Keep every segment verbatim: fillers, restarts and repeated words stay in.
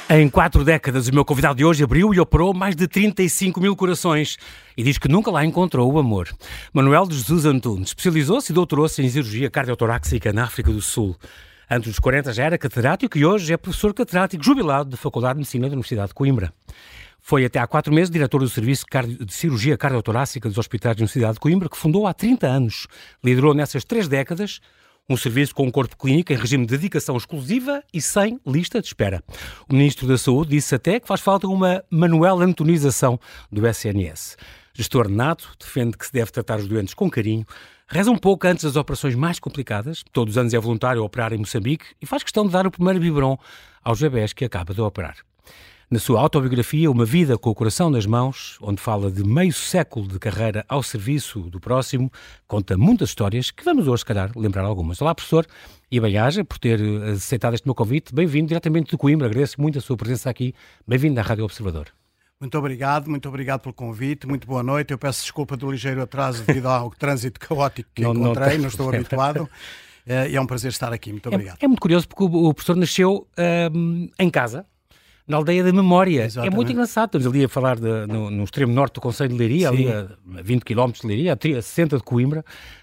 Em quatro décadas, o meu convidado de hoje abriu e operou mais de trinta e cinco mil corações e diz que nunca lá encontrou o amor. Manuel de Jesus Antunes especializou-se e doutorou-se em cirurgia cardiotorácica na África do Sul. Antes dos quarenta já era catedrático e hoje é professor catedrático jubilado da Faculdade de Medicina da Universidade de Coimbra. Foi até há quatro meses diretor do Serviço de Cirurgia Cardiotorácica dos Hospitais da Universidade de Coimbra, que fundou há trinta anos. Liderou nessas três décadas um serviço com um corpo clínico em regime de dedicação exclusiva e sem lista de espera. O Ministro da Saúde disse até que faz falta uma Manuel Antonização do S N S. Gestor nato, defende que se deve tratar os doentes com carinho, reza um pouco antes das operações mais complicadas, todos os anos é voluntário a operar em Moçambique e faz questão de dar o primeiro biberon aos bebés que acaba de operar. Na sua autobiografia, Uma Vida com o Coração nas Mãos, onde fala de meio século de carreira ao serviço do próximo, conta muitas histórias que vamos hoje, se calhar, lembrar algumas. Olá, professor, e bem-aja por ter aceitado este meu convite. Bem-vindo diretamente de Coimbra, agradeço muito a sua presença aqui. Bem-vindo à Rádio Observador. Muito obrigado, muito obrigado pelo convite, muito boa noite. Eu peço desculpa do ligeiro atraso devido ao trânsito caótico que não, encontrei, não, não estou habituado. É, é um prazer estar aqui, muito obrigado. É, é muito curioso porque o, o professor nasceu um, em casa, na aldeia da Memória. Exatamente. É muito engraçado. Estamos ali a falar de, no, no extremo norte do Concelho de Leiria, Sim. ali a vinte quilómetros de Leiria, a sessenta de Coimbra,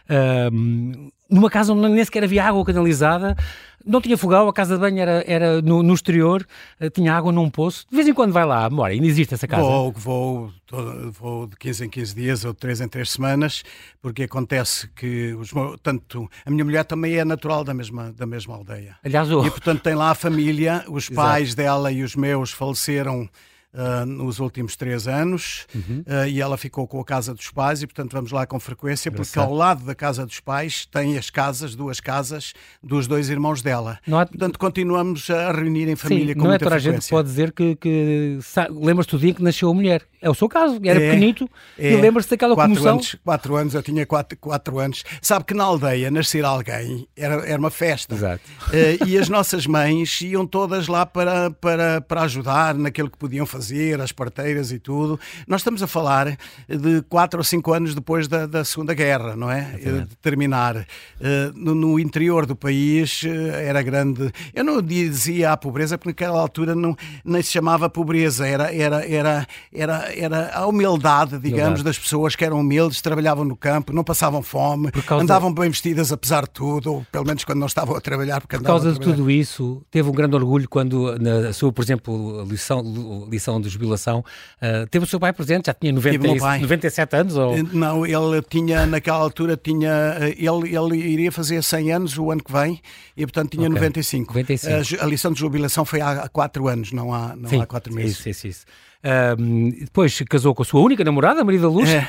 um, numa casa onde nem sequer havia água canalizada, não tinha fogão, a casa de banho era, era no, no exterior, tinha água num poço. De vez em quando vai lá, Memória, ainda existe essa casa? Vou, vou, vou de quinze em quinze dias ou de três em três semanas, porque acontece que os, tanto, a minha mulher também é natural da mesma, da mesma aldeia. Aliás, o... E portanto tem lá a família, os Exato. Pais dela e os meus faleceram Uh, nos últimos três anos uhum. uh, e ela ficou com a casa dos pais e portanto vamos lá com frequência porque ao lado da casa dos pais tem as casas, duas casas dos dois irmãos dela. Há... Portanto continuamos a reunir em família. Sim, com não muita é toda frequência. A gente pode dizer que, que lembras-te do dia que nasceu a mulher. É o seu caso, era é, pequenito é. E lembras-te daquela quatro comoção. Anos, quatro anos, eu tinha quatro, quatro anos. Sabe que na aldeia nascer alguém era, era uma festa. Exato. Uh, e as nossas mães iam todas lá para, para, para ajudar naquilo que podiam fazer, as parteiras e tudo. Nós estamos a falar de quatro ou cinco anos depois da, da Segunda Guerra, não é? é de terminar. Uh, no, no interior do país uh, era grande. Eu não dizia a pobreza, porque naquela altura não, nem se chamava pobreza, era, era, era, era, era a humildade, digamos, humildade. Das pessoas que eram humildes, trabalhavam no campo, não passavam fome, causa... andavam bem vestidas apesar de tudo, ou pelo menos quando não estavam a trabalhar. Porque Por causa de tudo isso, teve um grande orgulho quando, na sua, por exemplo, lição, lição de jubilação, Uh, teve o seu pai presente, já tinha noventa, noventa e sete anos? Ou... Não, ele tinha, naquela altura, tinha, ele, ele iria fazer cem anos o ano que vem e, portanto, tinha okay. noventa e cinco. noventa e cinco. A, a lição de jubilação foi há quatro anos, não há, não sim, há quatro meses. Isso, isso, isso. Um, depois casou com a sua única namorada, Maria da Luz, é.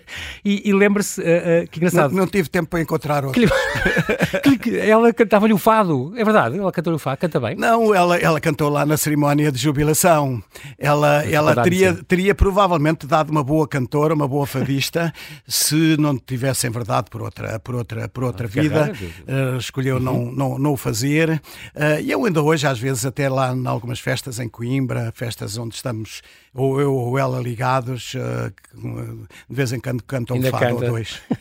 e, e lembra-se, uh, uh, que engraçado. Não, não tive tempo para encontrar outra. Que, que, ela cantava-lhe o fado, é verdade, ela cantou-lhe o fado, canta bem. Não, ela, ela cantou lá na cerimónia de jubilação. Ela, ela teria, teria provavelmente dado uma boa cantora, uma boa fadista, se não tivesse, em verdade, por outra, por outra, por outra vida, uh, escolheu uhum. não, não, não o fazer. Uh, e eu ainda hoje, às vezes, até lá em algumas festas em Coimbra, festas onde estamos ou eu ou ela ligados, uh, de vez em quando cantam um fado canta. Ou dois. uh,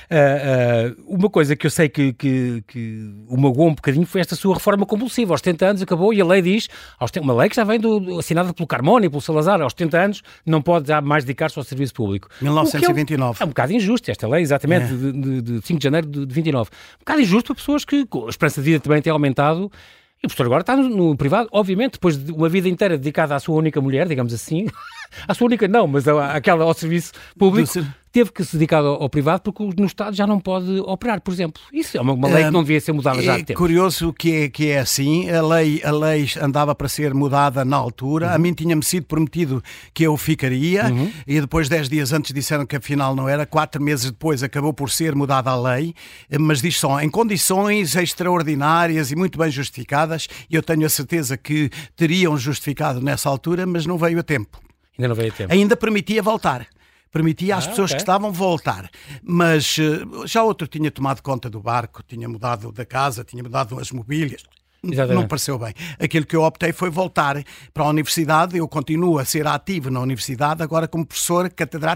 uh, uma coisa que eu sei que, que, que o magoou um bocadinho foi esta sua reforma compulsiva. Aos setenta anos acabou e a lei diz, aos, uma lei que já vem do, assinada pelo Carmona e pelo Salazar, aos setenta anos não pode já mais dedicar-se ao serviço público. mil novecentos e vinte e nove. É um, é um bocado injusto esta lei, exatamente, é. de, de, de cinco de janeiro de, de vinte e nove. Um bocado injusto para pessoas que a esperança de vida também tem aumentado. E o professor agora está no, no privado, obviamente, depois de uma vida inteira dedicada à sua única mulher, digamos assim, à sua única não, mas àquela ao serviço público, teve que se dedicar ao, ao privado porque no Estado já não pode operar, por exemplo. Isso é uma, uma lei que não devia ser mudada já há tempo. É curioso que é, que é assim, a lei, a lei andava para ser mudada na altura, uhum. a mim tinha-me sido prometido que eu ficaria, uhum. e depois dez dias antes disseram que afinal não era, quatro meses depois acabou por ser mudada a lei, mas diz só, em condições extraordinárias e muito bem justificadas, e eu tenho a certeza que teriam justificado nessa altura, mas não veio a tempo. Ainda não veio a tempo. Ainda permitia voltar. Permitia às ah, pessoas okay. que estavam voltar, mas uh, já outro tinha tomado conta do barco, tinha mudado da casa, tinha mudado as mobílias. Exatamente. Não me pareceu bem. Aquilo que eu optei foi voltar para a universidade. Eu continuo a ser ativo na universidade, agora como professor catedrático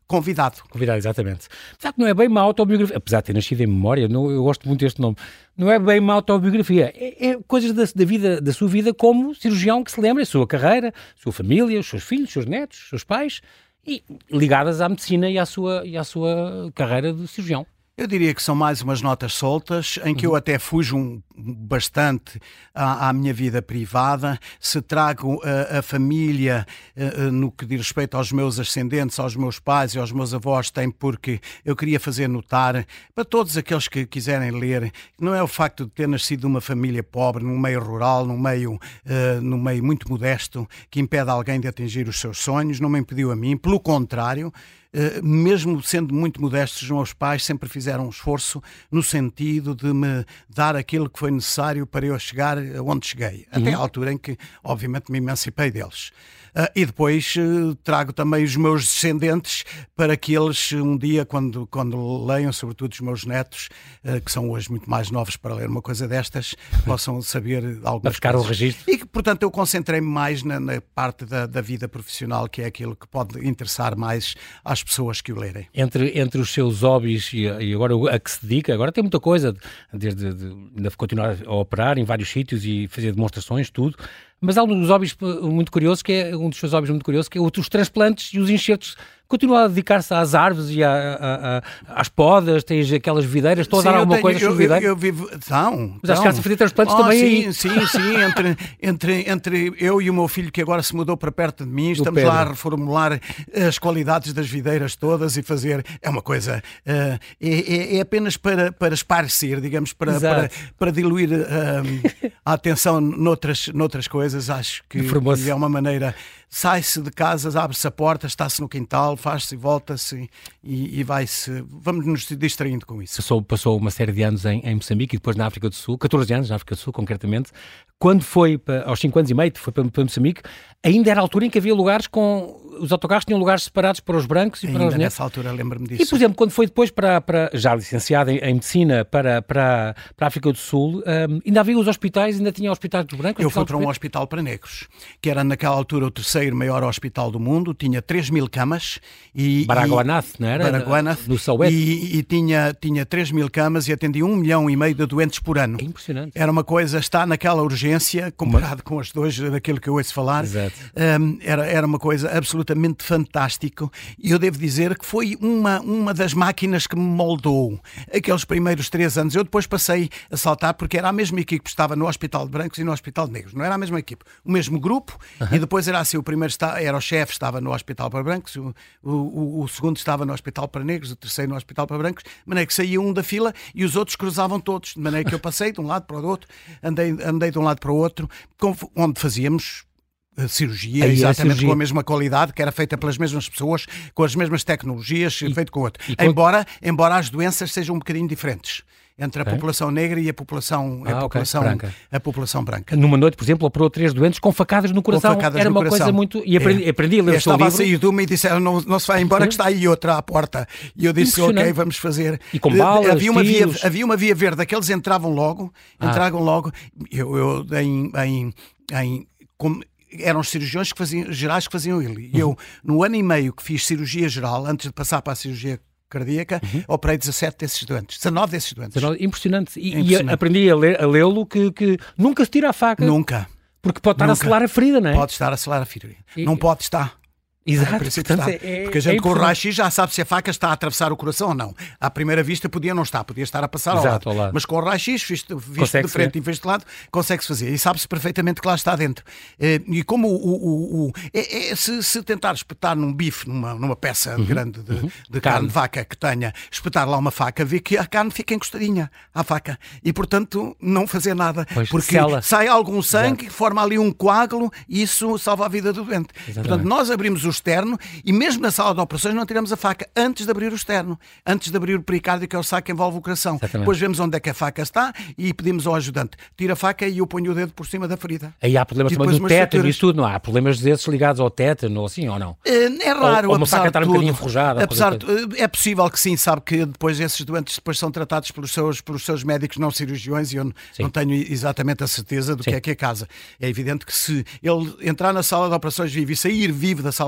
convidado. Convidado, exatamente. Apesar que não é bem uma autobiografia, apesar de ter nascido em memória, não, eu gosto muito deste nome, não é bem uma autobiografia, é, é coisas da, da, vida, da sua vida como cirurgião que se lembra, a sua carreira, a sua família, os seus filhos, os seus netos, os seus pais, e ligadas à medicina e à sua, e à sua carreira de cirurgião. Eu diria que são mais umas notas soltas, em que eu até fujo um, bastante à, à minha vida privada. Se trago a, a família a, a, no que diz respeito aos meus ascendentes, aos meus pais e aos meus avós, tem porque eu queria fazer notar, para todos aqueles que quiserem ler, não é o facto de ter nascido numa família pobre, num meio rural, num meio, uh, num meio muito modesto, que impede alguém de atingir os seus sonhos, não me impediu a mim, pelo contrário. Uh, mesmo sendo muito modestos, os meus pais sempre fizeram um esforço no sentido de me dar aquilo que foi necessário para eu chegar onde cheguei, uhum. até à altura em que, obviamente, me emancipei deles. Uh, e depois uh, trago também os meus descendentes para que eles, um dia, quando, quando leiam, sobretudo os meus netos, uh, que são hoje muito mais novos para ler uma coisa destas, possam saber algumas para ficar coisas. O registro. E que, portanto, eu concentrei-me mais na, na parte da, da vida profissional, que é aquilo que pode interessar mais às pessoas que o lerem. Entre, entre os seus hobbies e, e agora a que se dedica, agora tem muita coisa, desde de, de continuar a operar em vários sítios e fazer demonstrações, tudo. Mas há um dos hobbies muito curiosos, que é um dos seus hobbies muito curiosos, que é os transplantes e os enxertos. Continua a dedicar-se às árvores e a, a, a, às podas, tens aquelas videiras, estou a dar alguma tenho, coisa sobre videiras? Eu, eu vivo... Não, Mas acho que há de fazer transplantes oh, também sim, aí. Sim, sim, entre, entre, entre eu e o meu filho, que agora se mudou para perto de mim, estamos lá a reformular as qualidades das videiras todas e fazer... É uma coisa... Uh, é, é apenas para, para esparcer, digamos, para, para, para diluir uh, a atenção noutras, noutras coisas. Acho que, que é uma maneira... Sai-se de casa, abre-se a porta, está-se no quintal, faz-se e volta-se e, e vai-se... Vamos nos distraindo com isso. Passou, passou uma série de anos em, em Moçambique e depois na África do Sul, catorze anos na África do Sul, concretamente. Quando foi, para, aos cinco anos e meio, foi para, para Moçambique, ainda era a altura em que havia lugares com... Os autocarros tinham lugares separados para os brancos e ainda para os negros. Nessa altura, lembro-me disso. E, por exemplo, quando foi depois, para, para já licenciado em, em Medicina, para, para, para a África do Sul, um, ainda havia os hospitais, ainda tinha hospitais dos brancos? Eu fui para um hospital para negros, que era naquela altura o terceiro maior hospital do mundo, tinha três mil camas. E, Baraguanath, não era? Baraguanath. No Soweto. E, e tinha, tinha três mil camas e atendia um milhão e meio de doentes por ano. É impressionante. Era uma coisa, está naquela urgência, comparado uma... com as duas, daquilo que eu ouço falar. Exato. Um, era, era uma coisa absolutamente fantástica. E eu devo dizer que foi uma, uma das máquinas que me moldou aqueles primeiros três anos. Eu depois passei a saltar, porque era a mesma equipe que estava no Hospital de Brancos e no Hospital de Negros. Não era a mesma equipe, o mesmo grupo. Uhum. E depois era assim, o primeiro está, era o chefe, estava no Hospital para Brancos, o, o, o segundo estava no Hospital para Negros, o terceiro no Hospital para Brancos, de maneira que saía um da fila e os outros cruzavam todos, de maneira que eu passei de um lado para o outro, andei, andei de um lado para o outro, onde fazíamos cirurgia, aí exatamente cirurgia. Com a mesma qualidade, que era feita pelas mesmas pessoas, com as mesmas tecnologias, e, feito com outro. Embora, com... embora as doenças sejam um bocadinho diferentes entre a okay. população negra e a população, ah, a, população okay. branca. a população branca. Numa noite, por exemplo, operou três doentes com facadas no coração. Facadas era no uma coração. Coisa muito... E aprendi, é. aprendi a ler eu o seu livro. Estava a sair de uma e disseram, não, não se vai embora que está aí outra à porta. E eu disse, ok, vamos fazer. E com balas, havia uma via, tiros. havia uma via verde, aqueles entravam logo, ah. entravam logo. Eu, eu em... em, em como, eram os cirurgiões que faziam, gerais que faziam ele. E eu, no ano e meio que fiz cirurgia geral, antes de passar para a cirurgia cardíaca, uhum. operei dezassete desses doentes, dezanove desses doentes. dezanove, impressionante. E, impressionante. E aprendi a, ler, a lê-lo que, que nunca se tira a faca. Nunca. Porque pode estar nunca. a selar a ferida, não é? Pode estar a selar a ferida. E... Não pode estar. Exato, portanto, é, porque a gente é com o raio-x já sabe se a faca está a atravessar o coração ou não. À primeira vista podia não estar, podia estar a passar ao, Exato, lado. ao lado. Mas com o raio-x, visto, visto de frente e visto de lado, consegue-se fazer. E sabe-se perfeitamente que lá está dentro. E como o, o, o, é, é, se, se tentar espetar num bife, numa, numa peça uhum, grande de, uhum. de carne. carne de vaca que tenha, espetar lá uma faca, vê que a carne fica encostadinha à faca. E, portanto, não fazer nada. Pois, porque sela. sai algum sangue, Exato. forma ali um coágulo e isso salva a vida do doente. Exatamente. Portanto, nós abrimos o externo e mesmo na sala de operações não tiramos a faca antes de abrir o externo, antes de abrir o pericárdio, que é o saco que envolve o coração. Exatamente. Depois vemos onde é que a faca está e pedimos ao ajudante, tira a faca e eu ponho o dedo por cima da ferida. Aí há problemas também do tétano e isso tudo, não há? Problemas desses ligados ao tétano ou assim, ou não? É raro, ou, ou uma faca estar um bocadinho enferrujada. Apesar de, é possível que sim, sabe que depois esses doentes depois são tratados pelos seus, pelos seus médicos não cirurgiões e eu sim. não tenho exatamente a certeza do sim. que é que é a casa. É evidente que se ele entrar na sala de operações vivo e sair vivo da sala de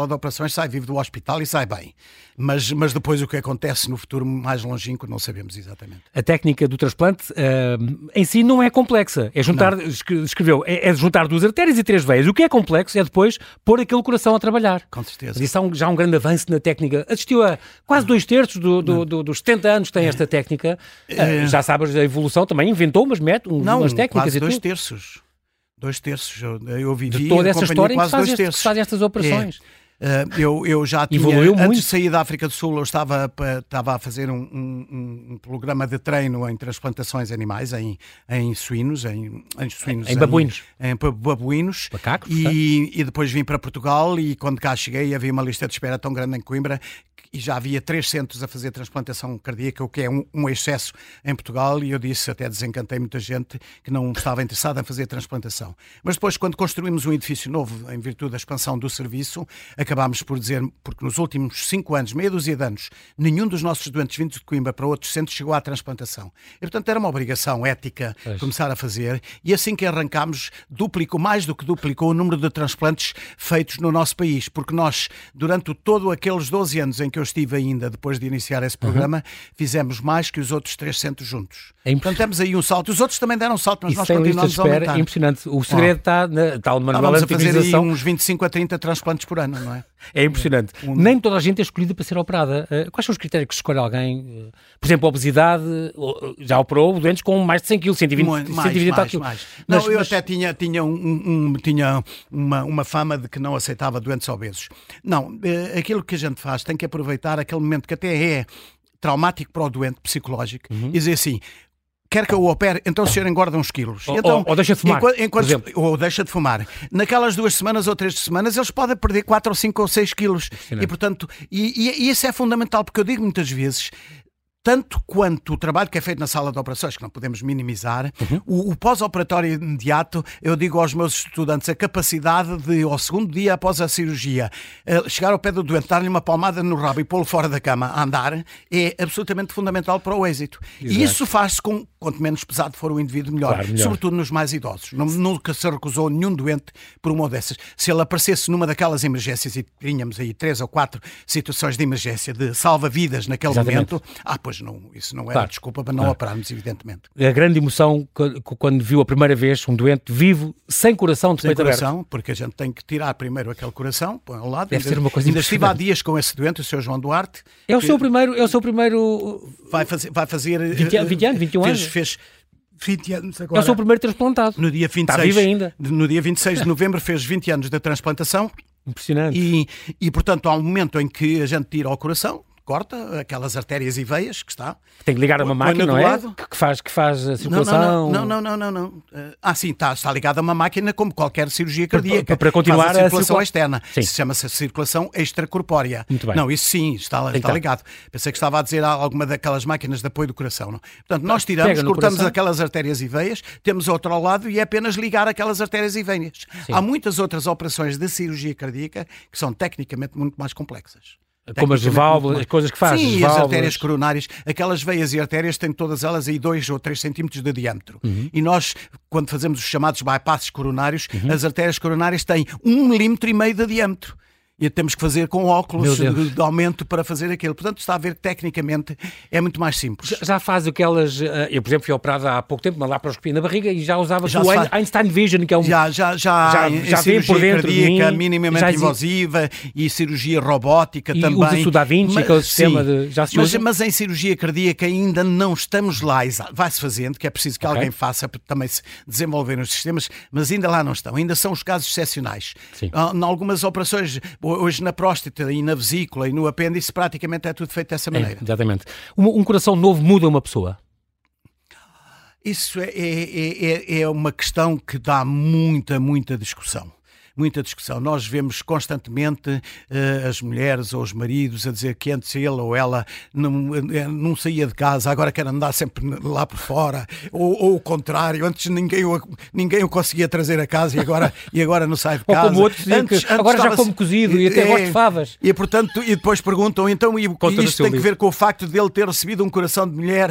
de operações, sai vivo do hospital e sai bem. Mas, mas depois o que acontece no futuro mais longínquo não sabemos exatamente. A técnica do transplante uh, em si não é complexa. É juntar, escreveu, é, é juntar duas artérias e três veias. O que é complexo é depois pôr aquele coração a trabalhar. Com certeza. Mas isso há um, já há um grande avanço na técnica. Assistiu a quase dois terços do, do, do, dos setenta anos que tem esta técnica. Uh, já sabes, a evolução também inventou umas, métodos, não, umas técnicas quase e dois tudo. terços. Dois terços. Eu, eu vivi de toda essa história em que quase faz dois este, terços. faz estas operações. É. Uh, eu, eu já tinha, Evoluiu antes muito. de sair da África do Sul, eu estava, estava a fazer um, um, um programa de treino em transplantações animais, em, em suínos, em, em, suínos, em babuínos, em, em babuínos, macacos, e, e depois vim para Portugal e quando cá cheguei havia uma lista de espera tão grande em Coimbra e já havia três centros a fazer transplantação cardíaca, o que é um, um excesso em Portugal, e eu disse, até desencantei muita gente que não estava interessada em fazer transplantação. Mas depois, quando construímos um edifício novo, em virtude da expansão do serviço, acabámos por dizer, porque nos últimos cinco anos, meia dúzia de anos, nenhum dos nossos doentes vindos de Coimbra para outros centros chegou à transplantação. E, portanto, era uma obrigação ética é. começar a fazer, e assim que arrancámos, duplicou, mais do que duplicou o número de transplantes feitos no nosso país, porque nós, durante todo aqueles doze anos em que eu estive ainda, depois de iniciar esse programa, uhum. fizemos mais que os outros três centros juntos. É Portanto, temos aí um salto. Os outros também deram um salto, mas Isso nós tem continuamos lista de espera, a aumentar. Impressionante. O segredo oh. está na tal manual de de fazer aí uns vinte e cinco a trinta trinta transplantes por ano, não é? É impressionante. Um... Nem toda a gente é escolhida para ser operada. Quais são os critérios que se escolhe alguém? Por exemplo, a obesidade, já operou doentes com mais de cem quilos, cento e vinte, mais, cento e vinte mais, quilos. Mais. Mas, não, eu mas... até tinha, tinha, um, um, tinha uma, uma fama de que não aceitava doentes obesos. Não, aquilo que a gente faz tem que aproveitar aquele momento que até é traumático para o doente psicológico uhum. e dizer assim, quer que eu o opere, então o senhor engorda uns quilos. Ou, então, ou, ou deixa de fumar, enquanto, enquanto, por exemplo. Ou deixa de fumar. Naquelas duas semanas ou três semanas, eles podem perder quatro ou cinco ou seis quilos. E, portanto, e, e, e isso é fundamental, porque eu digo muitas vezes, tanto quanto o trabalho que é feito na sala de operações, que não podemos minimizar, uhum. o, o pós-operatório imediato, eu digo aos meus estudantes, a capacidade de, ao segundo dia após a cirurgia, chegar ao pé do doente, dar-lhe uma palmada no rabo e pô-lo fora da cama a andar, é absolutamente fundamental para o êxito. Exato. E isso faz-se com, quanto menos pesado for o indivíduo, melhor. Claro, melhor. Sobretudo nos mais idosos. Nunca se recusou nenhum doente por uma dessas. Se ele aparecesse numa daquelas emergências, e tínhamos aí três ou quatro situações de emergência de salva-vidas naquele Exatamente. momento, ah, pois não, isso não era claro. desculpa para não claro. operarmos, evidentemente. A grande emoção quando viu a primeira vez um doente vivo, sem coração, de sem peito coração, aberto. Porque a gente tem que tirar primeiro aquele coração, põe ao lado. Deve ainda, ser uma coisa ainda estive há dias com esse doente, o senhor João Duarte. É o seu primeiro, é o seu primeiro... Vai fazer... Vai fazer vinte, vinte anos, vinte e um fez, anos. Fez vinte anos agora. É o seu primeiro transplantado. No dia vinte e seis, Está vivo ainda. No dia vinte e seis de novembro fez vinte anos da transplantação. Impressionante. E, e, portanto, há um momento em que a gente tira o coração, corta aquelas artérias e veias que está. Tem que ligar a uma máquina, não é? Lado. Que faz, que faz a circulação. Não, não, não, não, não. não. Ah, sim, está, está ligado a uma máquina como qualquer cirurgia cardíaca. Para, para continuar faz a circulação a circula... externa. Sim. Chama-se circulação extracorpórea. Muito bem. Não, isso sim, está, está ligado. Pensei que estava a dizer alguma daquelas máquinas de apoio do coração. Não? Portanto, nós tiramos, cortamos coração. aquelas artérias e veias, temos outro ao lado e é apenas ligar aquelas artérias e veias. Sim. Há muitas outras operações de cirurgia cardíaca que são tecnicamente muito mais complexas. Como as válvulas, as coisas que faz. Sim, as, as artérias coronárias, aquelas veias e artérias têm todas elas aí dois ou três centímetros de diâmetro. Uhum. E nós, quando fazemos os chamados bypasses coronários, uhum. as artérias coronárias têm um milímetro e meio de diâmetro. E temos que fazer com óculos de, de aumento para fazer aquilo. Portanto, está a ver que tecnicamente é muito mais simples. Já, já faz aquelas... Eu, por exemplo, fui operado há pouco tempo, uma laparoscopia na barriga e já usava já o faz... Einstein Vision, que é um... Já, já, já, já, em, já em cirurgia por dentro cardíaca, de mim, minimamente já invasiva e cirurgia robótica e também. Usa-se o Da Vinci, mas, aquele sistema sim, de... Já se mas, usa? mas em cirurgia cardíaca ainda não estamos lá. Vai-se fazendo, que é preciso que okay. alguém faça para também se desenvolverem os sistemas, mas ainda lá não estão. Ainda são os casos excepcionais. Em algumas operações, hoje na próstata, e na vesícula e no apêndice, praticamente é tudo feito dessa maneira. É, exatamente. Um, um coração novo muda uma pessoa? Isso é, é, é, é uma questão que dá muita, muita discussão. Muita discussão. Nós vemos constantemente uh, as mulheres ou os maridos a dizer que antes ele ou ela não, não saía de casa, agora quer andar sempre lá por fora, ou, ou o contrário, antes ninguém o, ninguém o conseguia trazer a casa e agora, e agora não sai de casa. Ou como outros diziam antes, que antes agora já como cozido e até é, gosto de favas. E, portanto, e depois perguntam, então, e, e isto tem que ver com o facto de ele ter recebido um coração de mulher.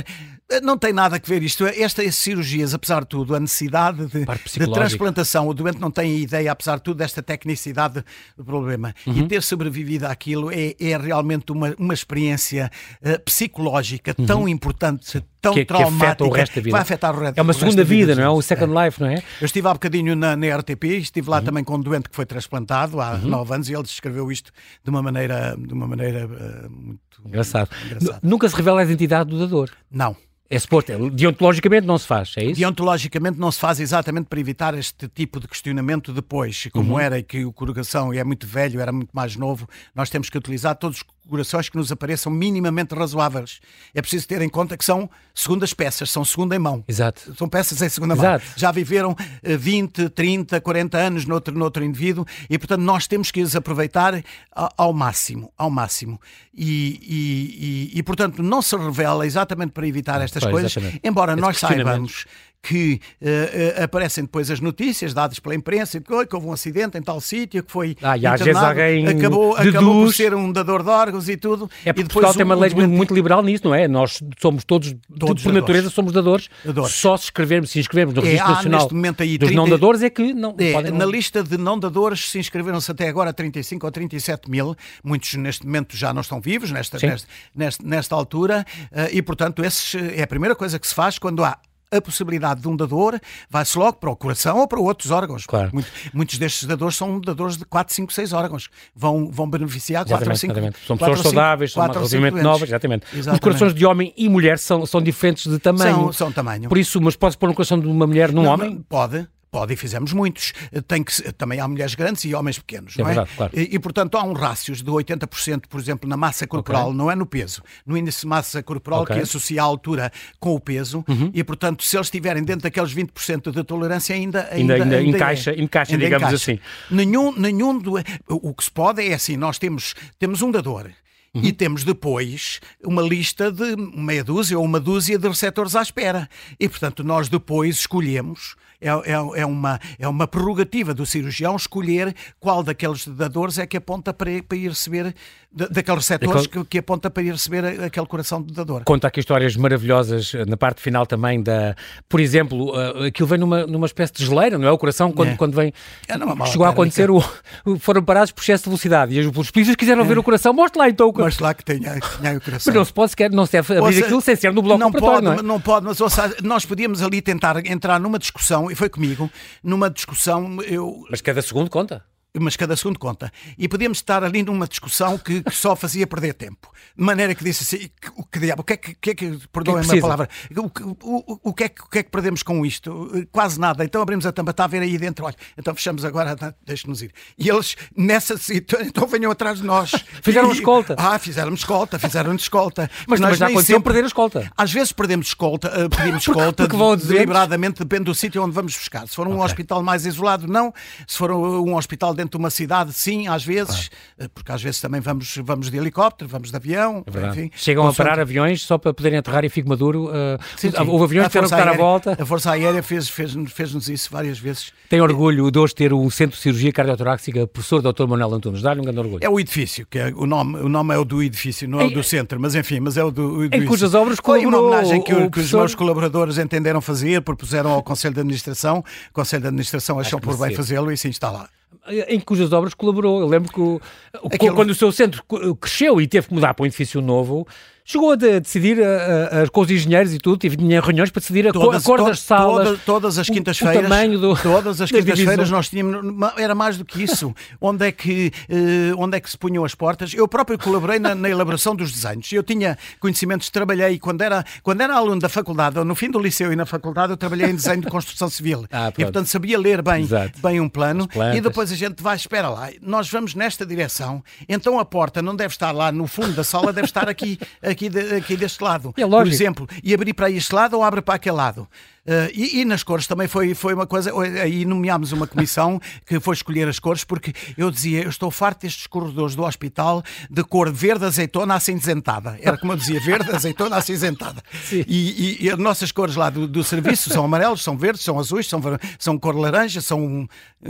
Não tem nada a ver isto. Estas cirurgias, apesar de tudo, a necessidade de, de transplantação, o doente não tem a ideia, apesar de tudo, desta tecnicidade do problema. Uhum. E ter sobrevivido àquilo é, é realmente uma, uma experiência uh, psicológica uhum. tão importante, tão que, traumática, que afeta o resto da vida. Vai afetar o resto, é uma o segunda vida, vida, não é? O second é. life, não é? Eu estive há bocadinho na, na R T P, estive lá uhum. também com um doente que foi transplantado há uhum. nove anos e ele descreveu isto de uma maneira, de uma maneira uh, muito engraçado. engraçada. Nunca se revela a identidade do dador. Não. É suposto, deontologicamente não se faz, é isso? Deontologicamente não se faz exatamente para evitar este tipo de questionamento depois. Como uhum. era que o coração é muito velho, era muito mais novo, nós temos que utilizar todos os corações que nos apareçam minimamente razoáveis. É preciso ter em conta que são segundas peças, são segunda em mão. Exato. São peças em segunda Exato. mão. Já viveram vinte, trinta, quarenta anos noutro, noutro indivíduo e, portanto, nós temos que os aproveitar ao máximo, ao máximo. E, e, e, e portanto, não se revela exatamente para evitar estas pois, coisas, exatamente. Embora Esse nós saibamos que uh, uh, aparecem depois as notícias dadas pela imprensa de que, oh, que houve um acidente em tal sítio, que foi ah, e às vezes alguém acabou, deduz... acabou por ser um dador de órgãos e tudo. É porque e depois Portugal tem uma lei doente... muito liberal nisso, não é? Nós somos todos, todos por natureza, somos dadores. dadores. Só se inscrevermos, se inscrevermos no é, Registro Nacional neste momento aí, dos trinta... não dadores é que não, é, podem... Na lista de não dadores se inscreveram-se até agora trinta e cinco ou trinta e sete mil. Muitos neste momento já não estão vivos, nesta, nesta, nesta, nesta altura, uh, e portanto esses, é a primeira coisa que se faz quando há a possibilidade de um dador, vai-se logo para o coração ou para outros órgãos. Claro. Muito, muitos destes dadores são dadores de quatro, cinco, seis órgãos. Vão, vão beneficiar quatro ou cinco. São pessoas quatro, saudáveis, cinco, são relativamente novas. Exatamente. Exatamente. Os corações de homem e mulher são, são diferentes de tamanho. São, são tamanho. Por isso, mas podes pôr um coração de uma mulher num não, homem? Não, pode. Pode, e fizemos muitos. Tem que, também há mulheres grandes e homens pequenos, é não é? Verdade, claro. E, e, portanto, há um rácio de oitenta por cento, por exemplo, na massa corporal, okay. não é no peso. No índice de massa corporal, okay. que associa a altura com o peso, uhum. e, portanto, se eles estiverem dentro daqueles vinte por cento de tolerância, ainda, ainda, ainda, ainda, ainda encaixa, é, encaixa ainda digamos encaixa. assim. Nenhum, nenhum do, o que se pode é assim, nós temos, temos um dador. Uhum. E temos depois uma lista de meia dúzia ou uma dúzia de receptores à espera. E, portanto, nós depois escolhemos, é, é, é, uma, é uma prerrogativa do cirurgião escolher qual daqueles dadores é que aponta para, para ir receber, daqueles receptores que, que aponta para ir receber aquele coração de dador. Conta aqui histórias maravilhosas na parte final também da... Por exemplo, aquilo vem numa, numa espécie de geleira, não é? O coração, quando, é. quando vem... É chegou a acontecer, o, foram parados por excesso de velocidade e os polícias quiseram é. ver o coração. Mostra lá então o Mas lá que tenha, tenha o coração. Mas não se pode sequer, não se deve abrir ouça, aquilo sem ser no bloco não operatório, pode, não é? Não pode, mas ouça, nós podíamos ali tentar entrar numa discussão, e foi comigo, numa discussão... Eu... Mas cada segundo conta. Mas cada segundo conta. E podíamos estar ali numa discussão que, que só fazia perder tempo. De maneira que disse assim, o que diabo, o que é que, que, é que perdoem-me a palavra, o, o, o, que é que, o que é que perdemos com isto? Quase nada. Então abrimos a tampa, está a ver aí dentro, olha, então fechamos agora, deixe-nos ir. E eles, nessa situação, então venham atrás de nós. Fizeram e, escolta. Ah, fizeram escolta, fizeram-nos escolta. Mas, mas já aconteceu sempre perder a escolta. Às vezes perdemos escolta, uh, pedimos escolta, porque, porque deliberadamente, depende do sítio onde vamos buscar. Se for um okay. hospital mais isolado, não. Se for um hospital dentro de uma cidade, sim, às vezes, claro. porque às vezes também vamos, vamos de helicóptero, vamos de avião, é enfim. Chegam a parar aviões só para poderem aterrar em Figo Maduro. Uh, sim, sim. Houve aviões que tiveram que dar a volta. A Força Aérea fez, fez, fez-nos isso várias vezes. Tem orgulho de hoje ter um centro de cirurgia cardiotorácica, professor doutor Manuel Antunes, dá-lhe um grande orgulho. É o edifício, que é, o, nome, o nome é o do edifício, não é o do centro, mas enfim, mas é o do, o do em cujas obras colaborou. Foi uma homenagem que, o, o que os meus colaboradores entenderam fazer, propuseram ao Conselho de Administração, o Conselho de Administração achou por bem fazê-lo e sim está lá. Em cujas obras colaborou. Eu lembro que o, Aquilo... quando o seu centro cresceu e teve que mudar para um edifício novo, chegou a decidir a, a, a, com os engenheiros e tudo, tive reuniões para decidir a, todas, a cor das salas, todas, todas as quintas-feiras, o tamanho do, todas as quintas-feiras nós tínhamos, era mais do que isso, onde é que, uh, onde é que se punham as portas. Eu próprio colaborei na, na elaboração dos desenhos. Eu tinha conhecimentos, trabalhei, quando era, quando era aluno da faculdade, ou no fim do liceu e na faculdade, eu trabalhei em desenho de construção civil. Ah, e, portanto, sabia ler bem, bem um plano. E depois a gente vai, espera lá, nós vamos nesta direção, então a porta não deve estar lá no fundo da sala, deve estar aqui, aqui Aqui, de, aqui deste lado, é por exemplo, e abrir para este lado ou abre para aquele lado. Uh, e, e nas cores também foi, foi uma coisa, aí nomeámos uma comissão que foi escolher as cores, porque eu dizia, eu estou farto destes corredores do hospital de cor verde azeitona acinzentada. Era como eu dizia, verde azeitona acinzentada. E, e, e as nossas cores lá do, do serviço são amarelos, são verdes, são azuis, são, são cor laranja, são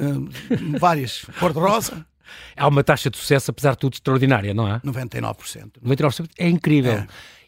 uh, várias, cor de rosa. Há uma taxa de sucesso, apesar de tudo, extraordinária, não é? noventa e nove por cento. noventa e nove por cento é incrível. É.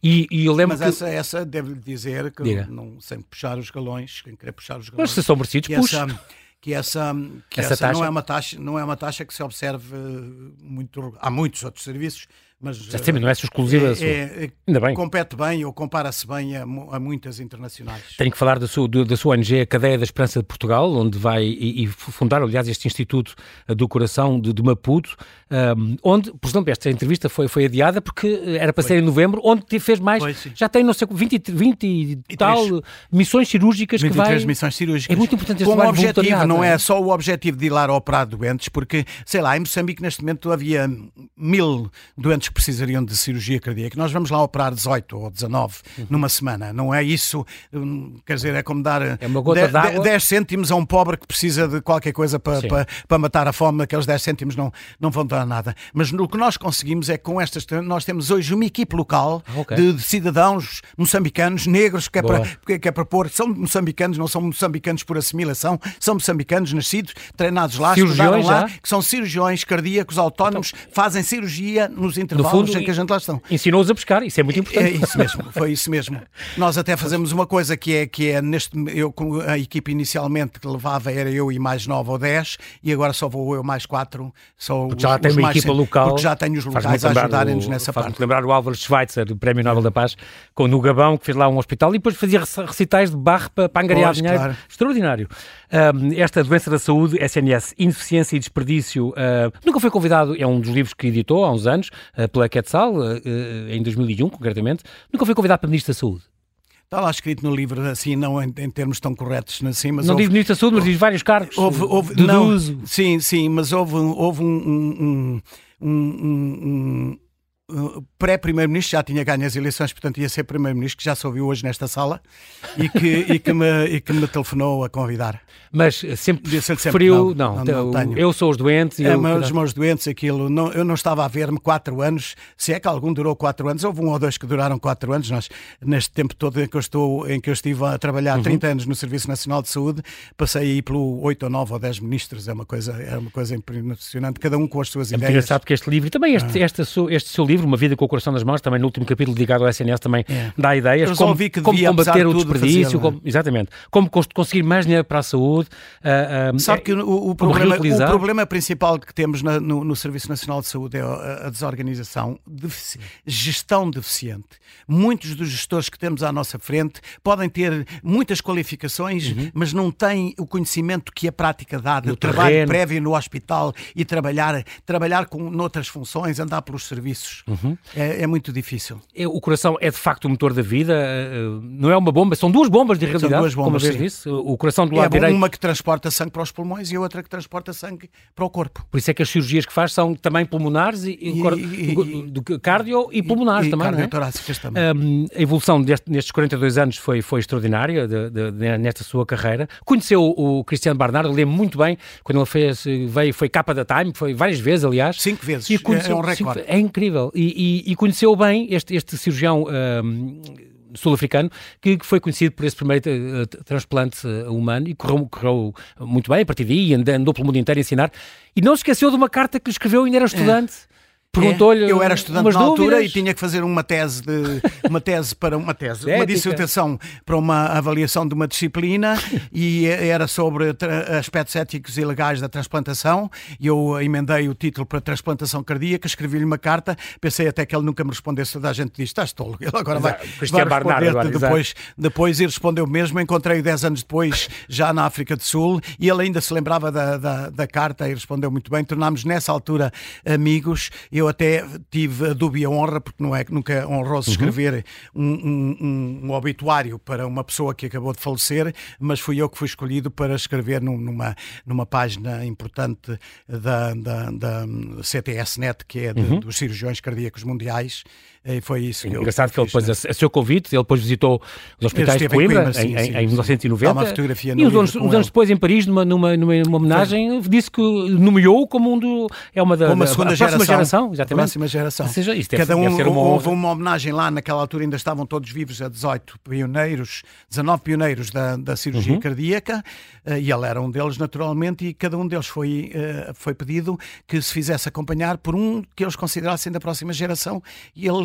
E, e eu lembro Mas que... essa, essa devo-lhe dizer que, Diga. não, sem puxar os galões, quem querer puxar os galões... Mas se são merecidos, que puxa. essa, que essa, que Essa essa taxa? não, é uma taxa, não é uma taxa que se observe muito... Há muitos outros serviços, mas... Já sei, mas não é exclusiva da sua. É, é, Ainda bem. Compete bem ou compara-se bem a, a muitas internacionais. Tenho que falar da sua, da sua O N G, a Cadeia da Esperança de Portugal, onde vai e, e fundar, aliás, este Instituto do Coração de, de Maputo, um, onde, por exemplo, esta entrevista foi, foi adiada porque era para foi. ser em novembro, onde fez mais, foi, já tem, não sei, vinte, vinte e tal missões cirúrgicas que vai... missões cirúrgicas. É muito importante este Com o trabalho objetivo, não é só o objetivo de ir lá operar doentes, porque, sei lá, em Moçambique neste momento havia mil doentes que precisariam de cirurgia cardíaca. Nós vamos lá operar dezoito ou dezanove uhum. numa semana. Não é isso, quer dizer, é como dar é uma gota d'água. dez cêntimos a um pobre que precisa de qualquer coisa para, para, para matar a fome. Aqueles dez cêntimos não, não vão dar nada. Mas o que nós conseguimos é que com estas... Nós temos hoje uma equipe local ah, okay. de, de cidadãos moçambicanos, negros, que é, para, que é para pôr... São moçambicanos, não são moçambicanos por assimilação, são moçambicanos nascidos, treinados lá, cirurgiões lá, já? que são cirurgiões cardíacos autónomos, então, fazem cirurgia nos intervalos no fundo, em que a gente lá estão. Ensinou-os a pescar, isso é muito importante. É isso mesmo, foi isso mesmo. Nós até fazemos uma coisa que é, que é neste, eu, a equipe inicialmente que levava era eu e mais nove ou dez, e agora só vou eu mais quatro. Só porque já os, tem os uma equipa sempre, local. Porque já tenho os locais a ajudarem-nos nessa faz parte. Faz-me lembrar o Álvaro Schweitzer, do Prémio Nobel da Paz, com, no Gabão, que fez lá um hospital e depois fazia recitais de barro para, para angariar pois, dinheiro. Claro. Extraordinário. Um, esta doença da saúde, S N S, ineficiência e desperdício, uh, nunca foi convidado, é um dos livros que editou há uns anos, uh, pela Quetzal, uh, uh, em dois mil e um, concretamente, nunca foi convidado para Ministro da Saúde. Está lá escrito no livro, assim, não em, em termos tão corretos, assim, mas não houve, diz Ministro da Saúde, mas diz vários cargos. Houve, houve, deduzo. Não, sim, sim, mas houve, houve um, um, um, um, um pré-primeiro-ministro, já tinha ganho as eleições, portanto ia ser primeiro-ministro, que já se ouviu hoje nesta sala e que, e que, me, e que me telefonou a convidar. Mas sempre sempre frio, não, não, não, não eu, eu sou os doentes. E é, eu... Os meus doentes, aquilo, não, eu não estava a ver-me quatro anos, se é que algum durou quatro anos, houve um ou dois que duraram quatro anos, nós, neste tempo todo em que eu, estou, em que eu estive a trabalhar uhum. trinta anos no Serviço Nacional de Saúde, passei aí pelo oito ou nove ou dez ministros, é uma coisa, é uma coisa impressionante, cada um com as suas é ideias. É engraçado que este livro, e também este, ah. este, este, este seu livro, Uma Vida com o Coração nas Mãos, também no último capítulo dedicado ao S N S, também é. dá ideias como, que como devia, combater o de desperdício, fazer, como, exatamente, como conseguir mais dinheiro para a saúde. Uh, uh, Sabe é, que o, o, problema, o problema principal que temos na, no, no Serviço Nacional de Saúde é a, a desorganização, defici- gestão deficiente. Muitos dos gestores que temos à nossa frente podem ter muitas qualificações, uhum. mas não têm o conhecimento que a prática dá, de trabalho terreno. prévio no hospital e trabalhar, trabalhar com noutras funções, andar pelos serviços. Uhum. É, é muito difícil. O coração é de facto o motor da vida, não é uma bomba, são duas bombas de realidade, são duas bombas, como a vez disse. O coração do lado é direito. Uma que transporta sangue para os pulmões e a outra que transporta sangue para o corpo. Por isso é que as cirurgias que faz são também pulmonares, e, e, e, do, do cardio e pulmonares e, também, e não é? Torácicas também. Um, a evolução deste, nestes quarenta e dois anos foi, foi extraordinária de, de, de, nesta sua carreira. Conheceu o, o Cristiano Barnard, eu lembro muito bem, quando ele fez, veio, foi capa da Time, foi várias vezes, aliás. Cinco vezes, e conheceu, é um recorde. Cinco, é incrível. E, e, e conheceu bem este, este cirurgião um, sul-africano, que, que foi conhecido por esse primeiro uh, transplante uh, humano e correu, correu muito bem a partir daí, andou pelo mundo inteiro a ensinar. E não se esqueceu de uma carta que lhe escreveu ainda era estudante. É. Perguntou-lhe. É, eu era estudante umas na altura dúvidas. e tinha que fazer uma tese de uma tese para uma tese, Ética. uma dissertação para uma avaliação de uma disciplina e era sobre tra- aspectos éticos e legais da transplantação. Eu emendei o título para transplantação cardíaca, escrevi-lhe uma carta, pensei até que ele nunca me respondesse, toda a gente disse, estás tolo, ele agora vai, vai responder-te depois, depois e respondeu mesmo, encontrei-o dez anos depois já na África do Sul e ele ainda se lembrava da, da, da carta e respondeu muito bem, tornámos nessa altura amigos. Eu até tive a dúbia honra, porque não é nunca é honroso escrever uhum. um, um, um obituário para uma pessoa que acabou de falecer, mas fui eu que fui escolhido para escrever num, numa, numa página importante da, da, da C T S Net, que é de, uhum. dos cirurgiões cardíacos mundiais. E foi isso. É engraçado que ele depois, a, a seu convite, ele depois visitou os hospitais de Coimbra, em, sim, em, sim, em mil novecentos e noventa. Há uma fotografia e uns anos, uns anos depois, em Paris, numa, numa, numa homenagem, foi. disse que nomeou como um do. É uma da, uma da segunda a geração, geração. Exatamente. Próxima geração. Ou seja, isto Cada deve, um, deve ser uma houve honra. uma homenagem lá, naquela altura ainda estavam todos vivos, a dezoito pioneiros, dezanove pioneiros da, da cirurgia uhum. cardíaca, e ele era um deles, naturalmente, e cada um deles foi, foi pedido que se fizesse acompanhar por um que eles considerassem da próxima geração, e ele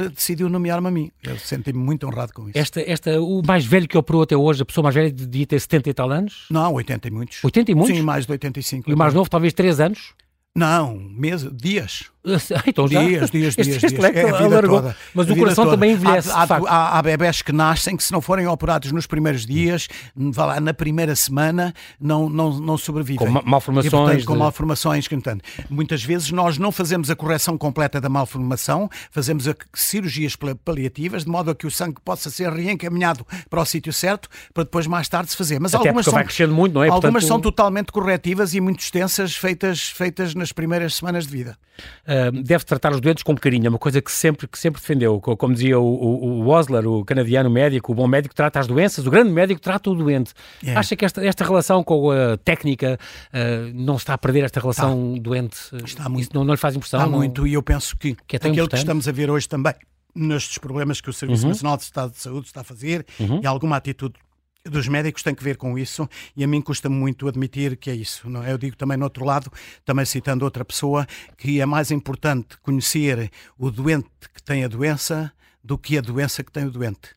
decidiu nomear-me a mim. Eu senti-me muito honrado com isso. Esta, esta, o mais velho que operou até hoje, a pessoa mais velha devia ter setenta e tal anos? Não, oitenta e muitos. oitenta e muitos? Sim, mais de oitenta e cinco. E o mais novo talvez três anos? Não, meses, dias. Então já, dias, dias, este, dias. Este dias. leque É a vida alargou. toda. Mas A o coração toda. também envelhece, há, de facto. Há, há bebés que nascem que, se não forem operados nos primeiros dias, vá lá, na primeira semana, não, não, não sobrevivem. Com malformações. E, portanto, com de... malformações. Portanto, muitas vezes nós não fazemos a correção completa da malformação, fazemos a, cirurgias paliativas, de modo a que o sangue possa ser reencaminhado para o sítio certo, para depois mais tarde se fazer. Mas Até algumas, são, vai crescendo muito, não é? algumas Portanto... são totalmente corretivas e muito extensas, feitas, feitas nas primeiras semanas de vida. Uh, deve tratar os doentes com carinho, é uma coisa que sempre, que sempre defendeu. Como dizia o, o, o Osler, o canadiano médico, o bom médico trata as doenças, o grande médico trata o doente. É. Acha que esta, esta relação com a técnica uh, não está a perder esta relação está. doente? Está muito. Isso não, não lhe faz impressão? Está não... muito, e eu penso que, que é aquilo importante. que estamos a ver hoje também, nestes problemas que o Serviço uhum. Nacional de Estado de Saúde está a fazer, uhum. e alguma atitude dos médicos tem que ver com isso, e a mim custa-me muito admitir que é isso. Não é? Eu digo também no outro lado, também citando outra pessoa, que é mais importante conhecer o doente que tem a doença do que a doença que tem o doente.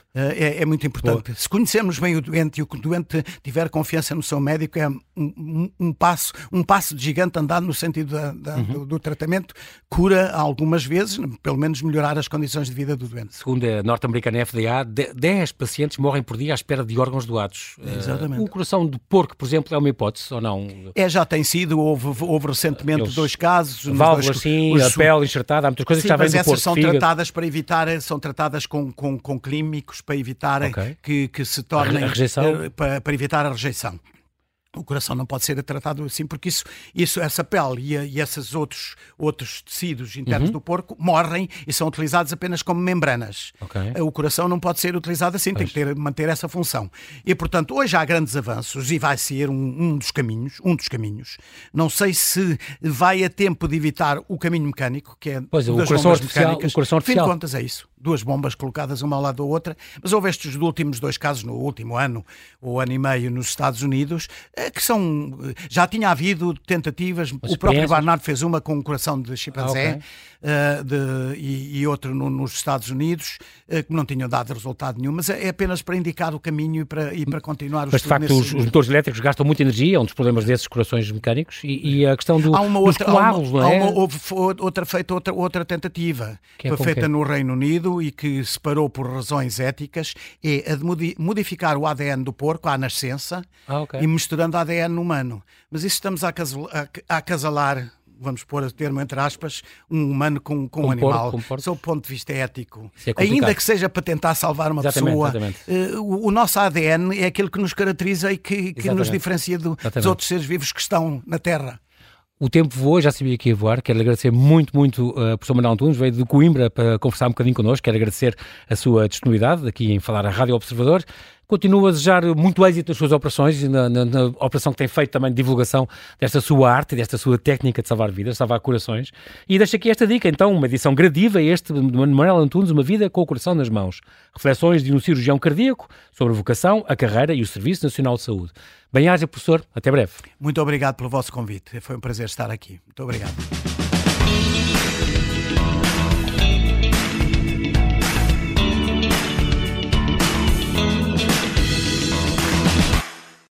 É, é muito importante. Boa. Se conhecermos bem o doente e o doente tiver confiança no seu médico, é um, um, um, passo, um passo de gigante andado no sentido da, da, uhum. do, do tratamento, cura algumas vezes, pelo menos melhorar as condições de vida do doente. Segundo a norte-americana F D A, dez pacientes morrem por dia à espera de órgãos doados. Exatamente. Uh, o coração de porco, por exemplo, é uma hipótese ou não? É, já tem sido, houve, houve recentemente Eles, dois casos. Válvulas, dois, sim, os, a pele enxertada, há muitas coisas sim, que já vêm do porco. Mas essas são fígado. tratadas para evitar, são tratadas com, com, com clínicos para evitar okay. que, que se tornem... A rejeição? Para, para evitar a rejeição. O coração não pode ser tratado assim, porque isso, isso essa pele e, e esses outros, outros tecidos internos uhum. do porco morrem e são utilizados apenas como membranas. Okay. O coração não pode ser utilizado assim, pois. Tem que ter, manter essa função. E, portanto, hoje há grandes avanços e vai ser um, um dos caminhos, um dos caminhos. Não sei se vai a tempo de evitar o caminho mecânico, que é pois, das o coração bombas artificial, mecânicas. O coração artificial. Fim de contas é isso. Duas bombas colocadas uma ao lado da outra, mas houve estes últimos dois casos no último ano, ou ano e meio, nos Estados Unidos, que são... Já tinha havido tentativas, As o próprio Barnard fez uma com um coração de chimpanzé ah, okay. uh, de, e, e outro no, nos Estados Unidos, uh, que não tinham dado resultado nenhum, mas é apenas para indicar o caminho e para, e para continuar o Mas de facto os, os motores elétricos gastam muita energia, é um dos problemas desses corações mecânicos, e, e a questão do, há uma dos outra, coágulos, há uma, não é? Há uma, houve outra, feita outra, outra tentativa, que é foi feita que? no Reino Unido e que se parou por razões éticas, é a de modificar o A D N do porco à nascença ah, okay. e misturando A D N humano. Mas isso estamos a, acasal, a, a acasalar, vamos pôr a termo entre aspas, um humano com, com, com um animal, porco, sob o ponto de vista ético. É ainda que seja para tentar salvar uma exatamente, pessoa, exatamente. Uh, o, o nosso A D N é aquilo que nos caracteriza e que, que nos diferencia do, dos outros seres vivos que estão na Terra. O tempo voou, já sabia que ia voar. Quero agradecer muito, muito uh, ao professor Manuel Antunes, veio de Coimbra para conversar um bocadinho connosco. Quero agradecer a sua disponibilidade aqui em falar à Rádio Observador. Continuo a desejar muito êxito nas suas operações e na, na, na operação que tem feito também de divulgação desta sua arte e desta sua técnica de salvar vidas, salvar corações. E deixo aqui esta dica, então, uma edição gradiva, este de Manuel Antunes, Uma Vida com o Coração nas Mãos. Reflexões de um cirurgião cardíaco sobre a vocação, a carreira e o Serviço Nacional de Saúde. Bem-aja, professor. Até breve. Muito obrigado pelo vosso convite. Foi um prazer estar aqui. Muito obrigado.